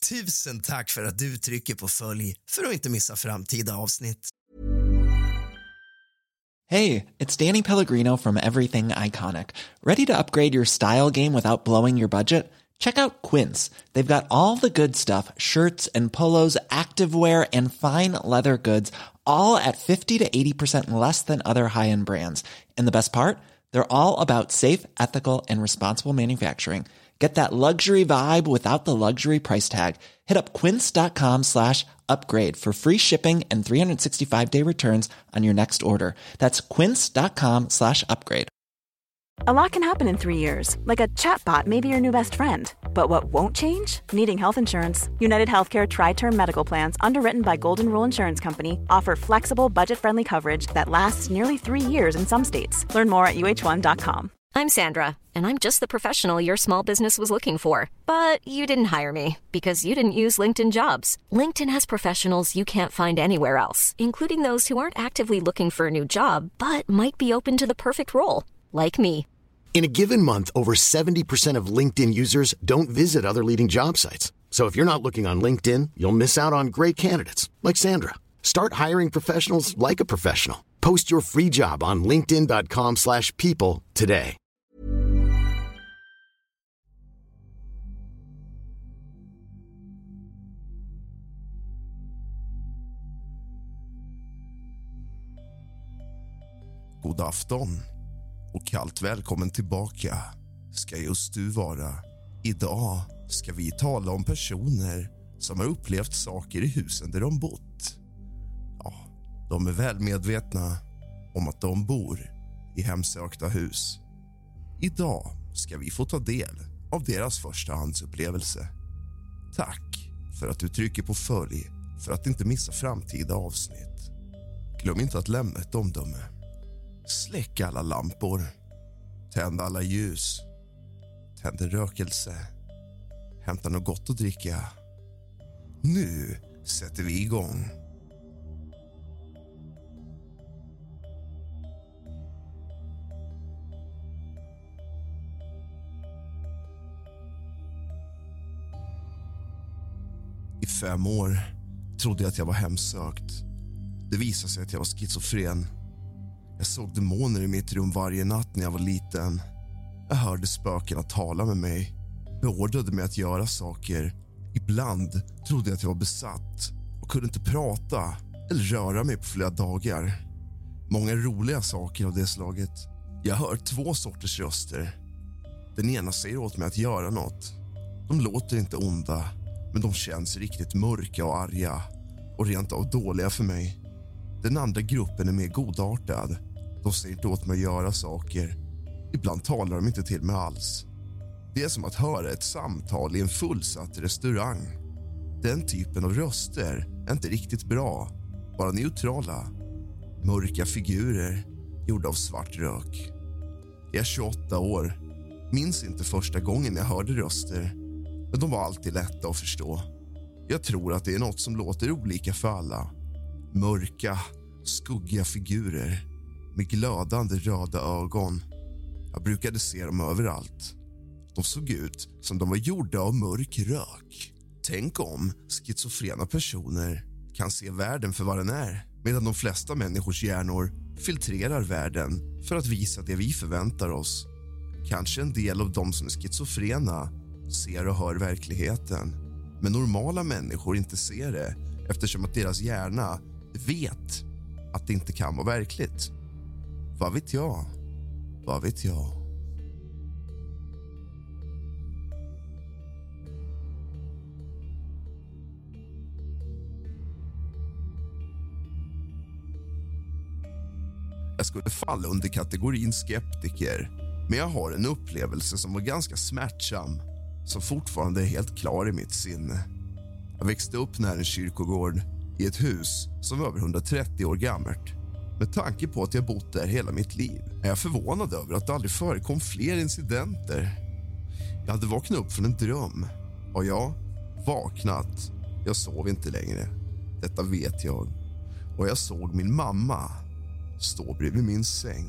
Tusen tack för att du trycker på följ för att inte missa framtida avsnitt. Hey, it's Danny Pellegrino from Everything Iconic. Ready to upgrade your style game without blowing your budget? Check out Quince. They've got all the good stuff, shirts and polos, activewear and fine leather goods, all at 50 to 80% less than other high-end brands. And the best part? They're all about safe, ethical, and responsible manufacturing. Get that luxury vibe without the luxury price tag. Hit up quince.com/upgrade for free shipping and 365-day returns on your next order. That's quince.com/upgrade. A lot can happen in 3 years, like a chatbot may be your new best friend. But what won't change? Needing health insurance. United Healthcare Tri-Term Medical Plans, underwritten by Golden Rule Insurance Company, offer flexible, budget-friendly coverage that lasts nearly 3 years in some states. Learn more at uh1.com. I'm Sandra, and I'm just the professional your small business was looking for. But you didn't hire me because you didn't use LinkedIn Jobs. LinkedIn has professionals you can't find anywhere else, including those who aren't actively looking for a new job, but might be open to the perfect role, like me. In a given month, over 70% of LinkedIn users don't visit other leading job sites. So if you're not looking on LinkedIn, you'll miss out on great candidates like Sandra. Start hiring professionals like a professional. Post your free job on linkedin.com/people today. God afton och kallt välkommen tillbaka ska just du vara. Idag ska vi tala om personer som har upplevt saker i husen där de bott. Ja, de är väl medvetna om att de bor i hemsökta hus. Idag ska vi få ta del av deras förstahandsupplevelse. Tack för att du trycker på följ för att inte missa framtida avsnitt. Glöm inte att lämna ett omdöme. Släck alla lampor. Tänd alla ljus. Tänd en rökelse. Hämta något gott att dricka. Nu sätter vi igång. I 5 år trodde jag att jag var hemsökt. Det visade sig att jag var schizofren. Jag såg demoner i mitt rum varje natt när jag var liten. Jag hörde spökena tala med mig, beordrade mig att göra saker. Ibland trodde jag att jag var besatt och kunde inte prata eller röra mig på flera dagar. Många roliga saker av det slaget. Jag hör 2 sorters röster. Den ena säger åt mig att göra något. De låter inte onda, men de känns riktigt mörka och arga och rent av dåliga för mig. Den andra gruppen är mer godartad. De säger inte åt mig att göra saker. Ibland talar de inte till mig alls. Det är som att höra ett samtal i en fullsatt restaurang. Den typen av röster är inte riktigt bra, bara neutrala. Mörka figurer gjorda av svart rök. Jag är 28 år. Minns inte första gången jag hörde röster, men de var alltid lätta att förstå. Jag tror att det är något som låter olika för alla. Mörka, skuggiga figurer med glödande röda ögon. Jag brukade se dem överallt. De såg ut som de var gjorda av mörk rök. Tänk om schizofrena personer kan se världen för vad den är, medan de flesta människors hjärnor filtrerar världen för att visa det vi förväntar oss. Kanske en del av de som är schizofrena ser och hör verkligheten, men normala människor inte ser det eftersom att deras hjärna vet att det inte kan vara verkligt. Vad vet jag? Vad vet jag? Jag skulle falla under kategorin skeptiker, men jag har en upplevelse som var ganska smärtsam, som fortfarande är helt klar i mitt sinne. Jag växte upp nära en kyrkogård i ett hus som var över 130 år gammalt. Med tanke på att jag bott där hela mitt liv är jag förvånad över att det aldrig förekom fler incidenter. Jag hade vaknat upp från en dröm. Och jag vaknat. Jag sov inte längre. Detta vet jag. Och jag såg min mamma stå bredvid min säng.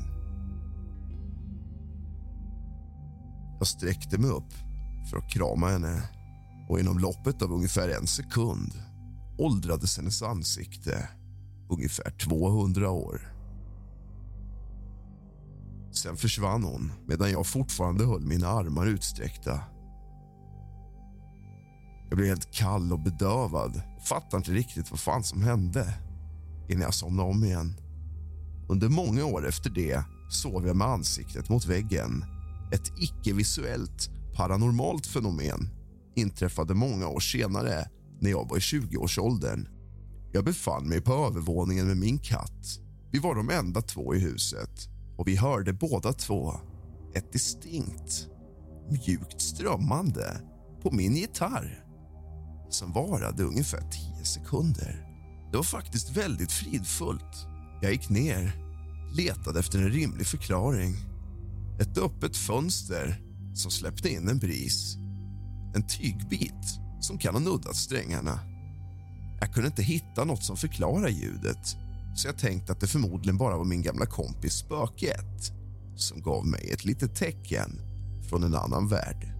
Jag sträckte mig upp för att krama henne. och inom loppet av ungefär 1 sekund åldrades hennes ansikte ungefär 200 år. Sen försvann hon medan jag fortfarande höll mina armar utsträckta. Jag blev helt kall och bedövad och fattade inte riktigt vad fan som hände innan jag somnade om igen. Under många år efter det sov jag med ansiktet mot väggen. Ett icke-visuellt paranormalt fenomen inträffade många år senare när jag var i 20-årsåldern. Jag befann mig på övervåningen med min katt. Vi var de enda 2 i huset och vi hörde båda 2 ett distinkt, mjukt strömmande på min gitarr som varade ungefär 10 sekunder. Det var faktiskt väldigt fridfullt. Jag gick ner, letade efter en rimlig förklaring. Ett öppet fönster som släppte in en bris. En tygbit som kan ha nuddat strängarna. Jag kunde inte hitta något som förklarar ljudet, så jag tänkte att det förmodligen bara var min gamla kompis spöket som gav mig ett litet tecken från en annan värld.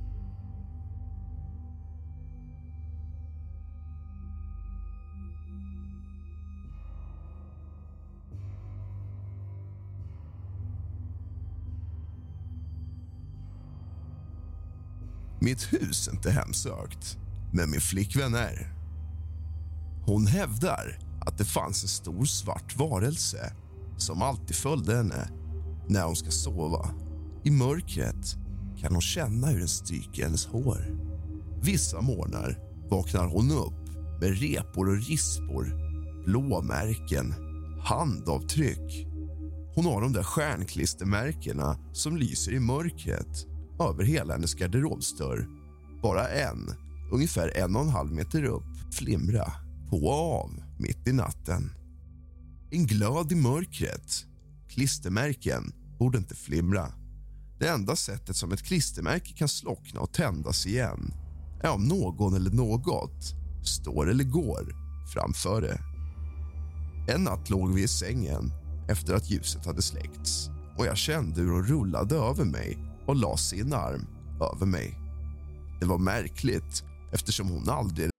Mitt hus är inte hemsökt, men min flickvän är. Hon hävdar att det fanns en stor svart varelse som alltid följde henne när hon ska sova. I mörkret kan hon känna hur den stryker hennes hår. Vissa morgnar vaknar hon upp med repor och rispor, blåmärken, handavtryck. Hon har de där stjärnklistermärkena som lyser i mörkret över hela hennes garderobsdörr. Bara en, ungefär 1,5 meter upp, flimra på och av mitt i natten. En glöd i mörkret. Klistermärken borde inte flimra. Det enda sättet som ett klistermärke kan slockna och tändas igen är om någon eller något står eller går framför det. En natt låg vi i sängen efter att ljuset hade släckts och jag kände hur hon rullade över mig och la sin arm över mig. Det var märkligt eftersom hon aldrig...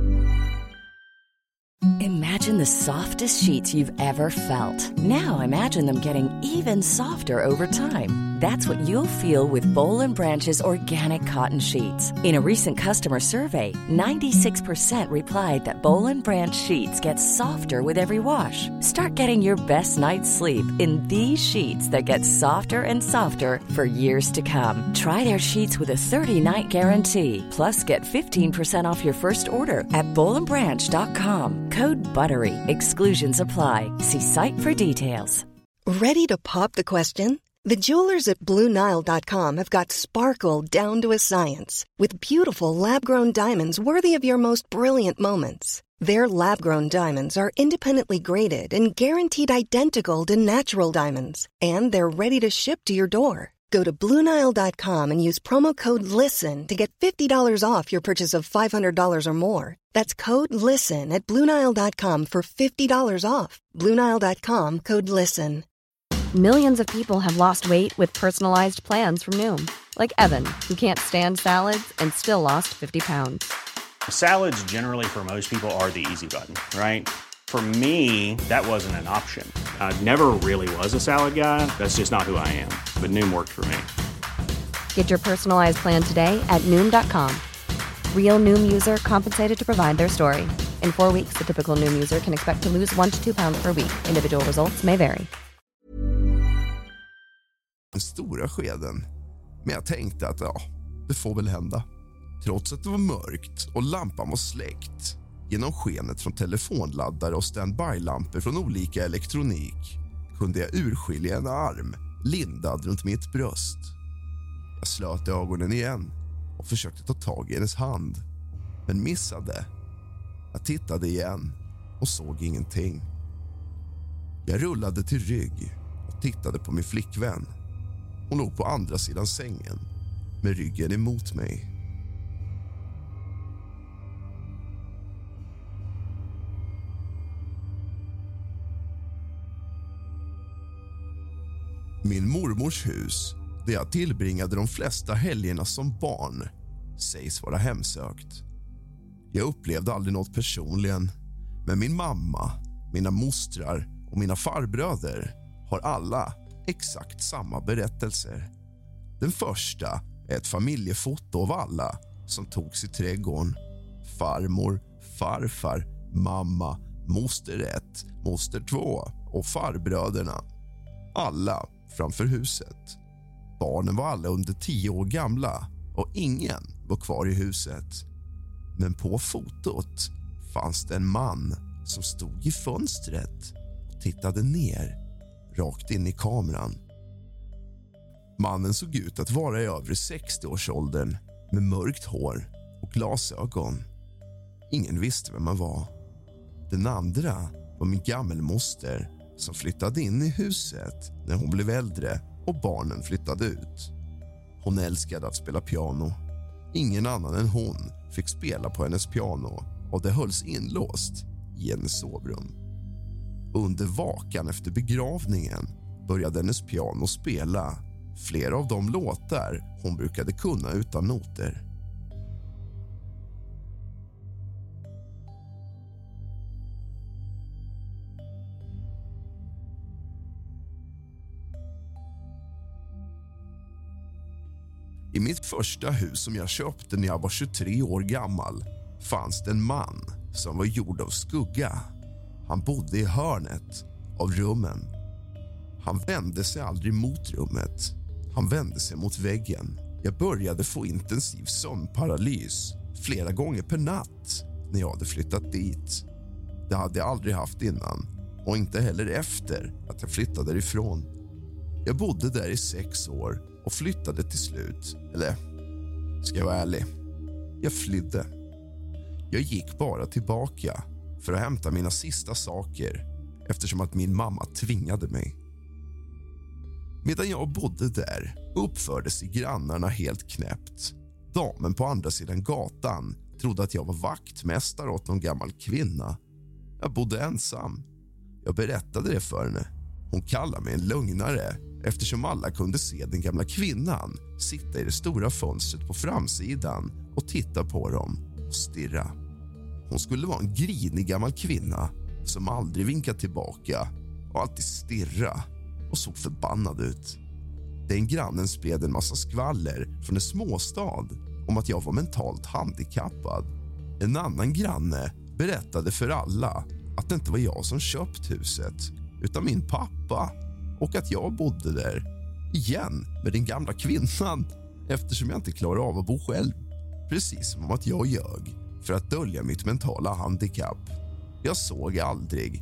Imagine the softest sheets you've ever felt. Now imagine them getting even softer over time. That's what you'll feel with Boll & Branch's organic cotton sheets. In a recent customer survey, 96% replied that Boll & Branch sheets get softer with every wash. Start getting your best night's sleep in these sheets that get softer and softer for years to come. Try their sheets with a 30-night guarantee. Plus, get 15% off your first order at bollandbranch.com. Code BUTTERY. Exclusions apply. See site for details. Ready to pop the question? The jewelers at BlueNile.com have got sparkle down to a science with beautiful lab-grown diamonds worthy of your most brilliant moments. Their lab-grown diamonds are independently graded and guaranteed identical to natural diamonds, and they're ready to ship to your door. Go to BlueNile.com and use promo code LISTEN to get $50 off your purchase of $500 or more. That's code LISTEN at BlueNile.com for $50 off. BlueNile.com, code LISTEN. Millions of people have lost weight with personalized plans from Noom. Like Evan, who can't stand salads and still lost 50 pounds. Salads generally for most people are the easy button, right? For me, that wasn't an option. I never really was a salad guy. That's just not who I am. But Noom worked for me. Get your personalized plan today at Noom.com. Real Noom user compensated to provide their story. In 4 weeks, the typical Noom user can expect to lose 1 to 2 pounds per week. Individual results may vary. Den stora skeden. Men jag tänkte att det får väl hända. Trots att det var mörkt och lampan var släckt. Genom skenet från telefonladdare och standby-lampor från olika elektronik kunde jag urskilja en arm lindad runt mitt bröst. Jag slöt ögonen igen och försökte ta tag i hennes hand, men missade. Jag tittade igen och såg ingenting. Jag rullade till rygg och tittade på min flickvän. Hon låg på andra sidan sängen med ryggen emot mig. Min mormors hus, där jag tillbringade de flesta helgerna som barn, sägs vara hemsökt. Jag upplevde aldrig något personligen, men min mamma, mina mostrar och mina farbröder har alla exakt samma berättelser. Den första är ett familjefoto av alla som togs i trädgården. Farmor, farfar, mamma, moster 1, moster 2 och farbröderna. Alla framför huset. Barnen var alla under 10 år gamla och ingen var kvar i huset. Men på fotot fanns det en man som stod i fönstret och tittade ner, rakt in i kameran. Mannen såg ut att vara i övre 60-årsåldern med mörkt hår och glasögon. Ingen visste vem man var. Den andra var min gammelmoster som flyttade in i huset när hon blev äldre och barnen flyttade ut. Hon älskade att spela piano. Ingen annan än hon fick spela på hennes piano och det hölls inlåst i hennes sovrum. Under vakan efter begravningen började hennes piano spela flera av de låtar hon brukade kunna utan noter. I mitt första hus som jag köpte när jag var 23 år gammal fanns det en man som var gjord av skugga. Han bodde i hörnet av rummen. Han vände sig aldrig mot rummet. Han vände sig mot väggen. Jag började få intensiv sömnparalys flera gånger per natt när jag hade flyttat dit. Det hade jag aldrig haft innan och inte heller efter att jag flyttade därifrån. Jag bodde där i 6 år och flyttade till slut. Eller, ska jag vara ärlig, jag flydde. Jag gick bara tillbaka för att hämta mina sista saker eftersom att min mamma tvingade mig. Medan jag bodde där uppförde sig grannarna helt knäppt. Damen på andra sidan gatan trodde att jag var vaktmästare åt någon gammal kvinna. Jag bodde ensam. Jag berättade det för henne. Hon kallade mig en lögnare eftersom alla kunde se den gamla kvinnan sitta i det stora fönstret på framsidan och titta på dem och stirra. Hon skulle vara en grinig gammal kvinna som aldrig vinkade tillbaka och alltid stirra och såg förbannad ut. Den grannen spred en massa skvaller från en småstad om att jag var mentalt handikappad. En annan granne berättade för alla att det inte var jag som köpt huset utan min pappa och att jag bodde där igen med den gamla kvinnan eftersom jag inte klarar av att bo själv. Precis som att jag ljög för att dölja mitt mentala handikapp. Jag såg aldrig,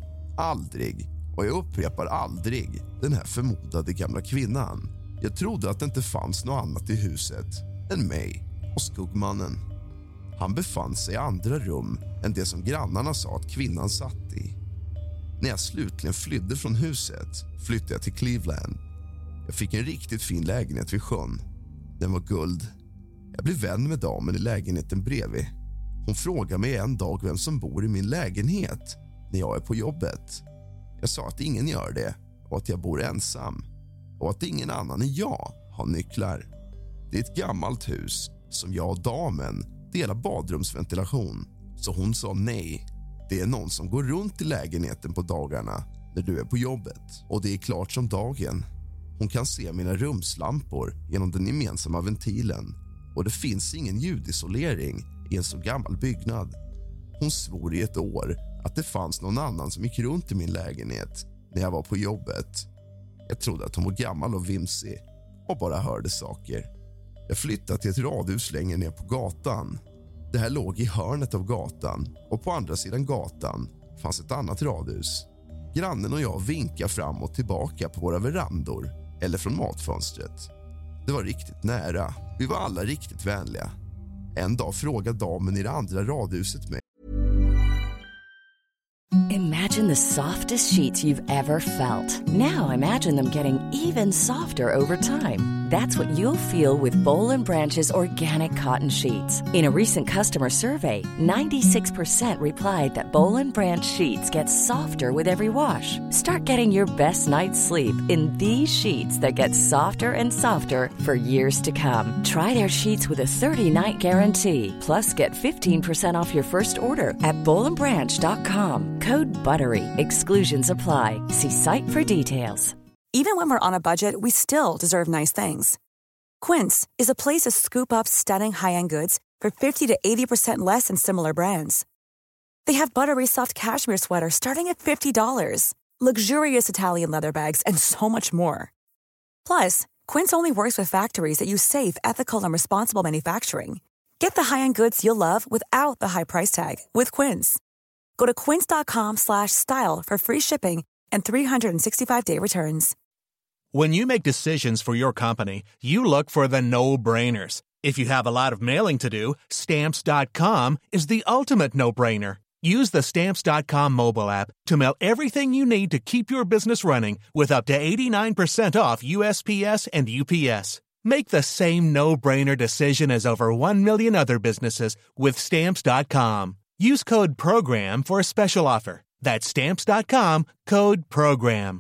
och jag upprepar aldrig den här förmodade gamla kvinnan. Jag trodde att det inte fanns något annat i huset än mig och skuggmannen. Han befann sig i andra rum än det som grannarna sa att kvinnan satt i. När jag slutligen flydde från huset flyttade jag till Cleveland. Jag fick en riktigt fin lägenhet vid sjön. Den var guld. Jag blev vän med damen i lägenheten bredvid. Hon frågade mig en dag vem som bor i min lägenhet när jag är på jobbet. Jag sa att ingen gör det och att jag bor ensam och att ingen annan än jag har nycklar. Det är ett gammalt hus som jag och damen delar badrumsventilation. Så hon sa nej. Det är någon som går runt i lägenheten på dagarna när du är på jobbet och det är klart som dagen. Hon kan se mina rumslampor genom den gemensamma ventilen och det finns ingen ljudisolering i en så gammal byggnad. Hon svor i ett år att det fanns någon annan som gick runt i min lägenhet när jag var på jobbet. Jag trodde att hon var gammal och vimsig och bara hörde saker. Jag flyttade till ett radhus längre ner på gatan. Det här låg i hörnet av gatan och på andra sidan gatan fanns ett annat radhus. Grannen och jag vinkade fram och tillbaka på våra verandor eller från matfönstret. Det var riktigt nära. Vi var alla riktigt vänliga. En dag frågade damen i det andra radhuset mig. Imagine the softest sheets you've ever felt. Now imagine them getting even softer over time. That's what you'll feel with Boll & Branch's organic cotton sheets. In a recent customer survey, 96% replied that Boll & Branch sheets get softer with every wash. Start getting your best night's sleep in these sheets that get softer and softer for years to come. Try their sheets with a 30-night guarantee. Plus, get 15% off your first order at bollandbranch.com. Code BUTTERY. Exclusions apply. See site for details. Even when we're on a budget, we still deserve nice things. Quince is a place to scoop up stunning high-end goods for 50 to 80% less than similar brands. They have buttery soft cashmere sweaters starting at $50, luxurious Italian leather bags, and so much more. Plus, Quince only works with factories that use safe, ethical, and responsible manufacturing. Get the high-end goods you'll love without the high price tag with Quince. Go to quince.com/style for free shipping and 365-day returns. When you make decisions for your company, you look for the no-brainers. If you have a lot of mailing to do, Stamps.com is the ultimate no-brainer. Use the Stamps.com mobile app to mail everything you need to keep your business running with up to 89% off USPS and UPS. Make the same no-brainer decision as over 1 million other businesses with Stamps.com. Use code PROGRAM for a special offer. That's Stamps.com, code PROGRAM.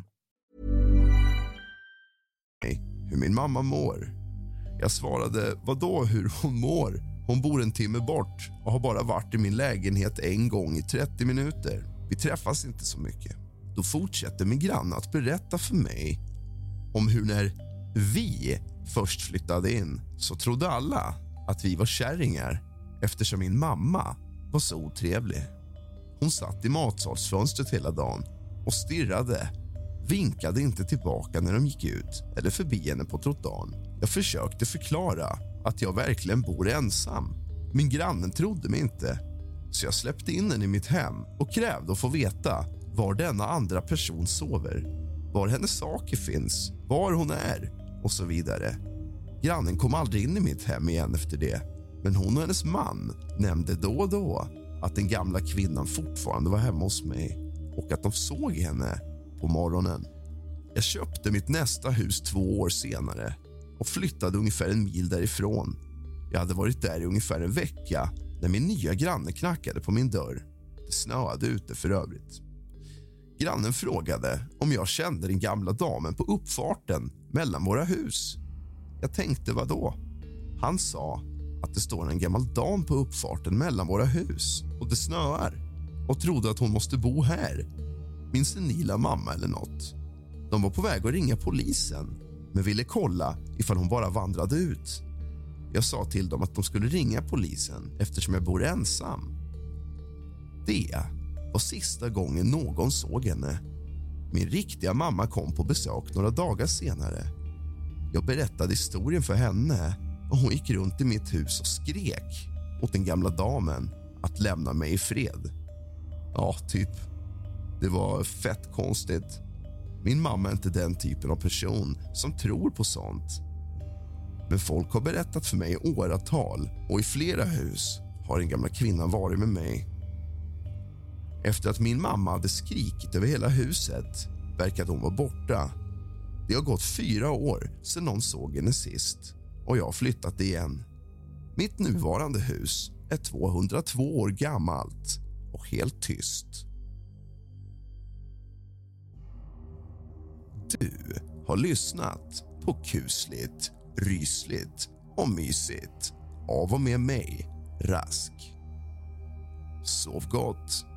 Hur min mamma mår. Jag svarade, vadå hur hon mår? Hon bor en timme bort och har bara varit i min lägenhet en gång i 30 minuter. Vi träffas inte så mycket. Då fortsätter min granne att berätta för mig om hur när vi först flyttade in så trodde alla att vi var kärringar eftersom min mamma var så otrevlig. Hon satt i matsalsfönstret hela dagen och stirrade. Vinkade inte tillbaka när de gick ut eller förbi henne på trottoaren. Jag försökte förklara att jag verkligen bor ensam. Min granne trodde mig inte. Så jag släppte in henne i mitt hem och krävde att få veta var denna andra person sover. Var hennes saker finns, var hon är och så vidare. Grannen kom aldrig in i mitt hem igen efter det. Men hon och hennes man nämnde då och då att den gamla kvinnan fortfarande var hemma hos mig och att de såg henne på morgonen. Jag köpte mitt nästa hus 2 år senare och flyttade ungefär 1 mil därifrån. Jag hade varit där i ungefär en vecka när min nya granne knackade på min dörr. Det snöade ute för övrigt. Grannen frågade om jag kände den gamla damen på uppfarten mellan våra hus. Jag tänkte, vad då? Han sa att det står en gammal dam på uppfarten mellan våra hus och det snöar och trodde att hon måste bo här. Min senila mamma eller något. De var på väg att ringa polisen men ville kolla ifall hon bara vandrade ut. Jag sa till dem att de skulle ringa polisen eftersom jag bor ensam. Det var sista gången någon såg henne. Min riktiga mamma kom på besök några dagar senare. Jag berättade historien för henne och hon gick runt i mitt hus och skrek åt den gamla damen att lämna mig i fred. Ja, typ. Det var fett konstigt. Min mamma är inte den typen av person som tror på sånt. Men folk har berättat för mig i åratal och i flera hus har den gamla kvinnan varit med mig. Efter att min mamma hade skrikit över hela huset verkade hon vara borta. Det har gått 4 år sedan någon såg henne sist och jag har flyttat igen. Mitt nuvarande hus är 202 år gammalt och helt tyst. Du har lyssnat på Kusligt, Rysligt och Mysigt av och med mig, Rask. Sov gott.